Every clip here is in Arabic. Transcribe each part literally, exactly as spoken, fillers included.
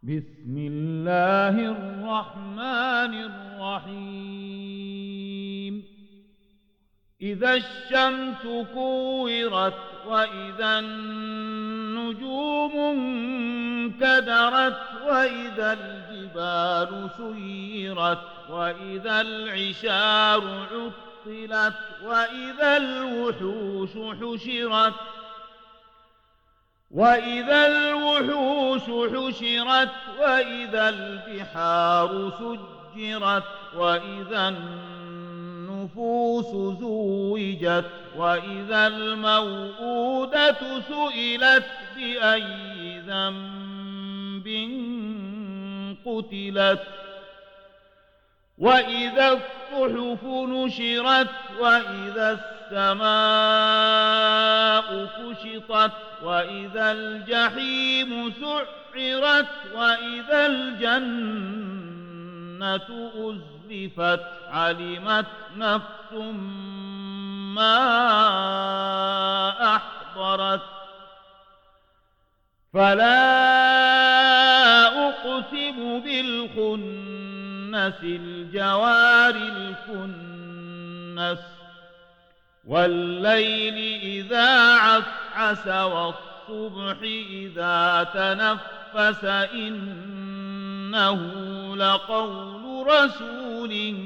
بسم الله الرحمن الرحيم إذا الشمس كورت وإذا النجوم انكدرت وإذا الجبال سيرت وإذا العشار عطلت وإذا الوحوش حشرت وإذا الوحوش حشرت وإذا البحار سجرت وإذا النفوس زوجت وإذا الموءودة سئلت بأي ذنب قتلت وإذا الصحف نشرت وإذا السماء كشطت وإذا الجحيم سعرت وإذا الجنة أزلفت علمت نفس ما أحضرت فلا أقسم بالخنس الجوار الكنس والليل إذا عسعس والصبح إذا تنفس إنه لقول رسول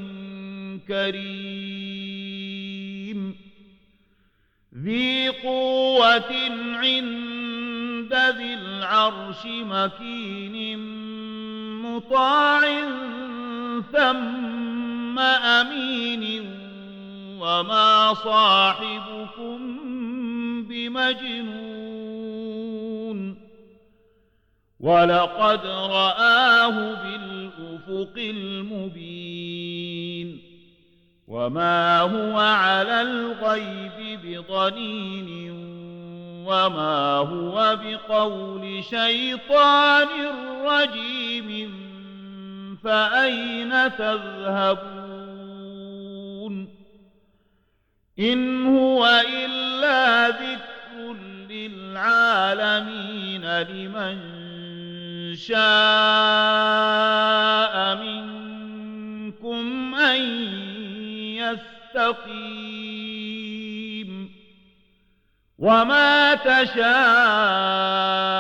كريم ذي قوة عند ذي العرش مكين مطاع ثم أمين وما صاحبكم بمجنون ولقد رآه بالأفق المبين وما هو على الغيب بضنين وما هو بقول شيطان رجيم فأين تذهبون إن هو إلا ذكر للعالمين لمن شاء منكم أن يستقيم وما تشاءون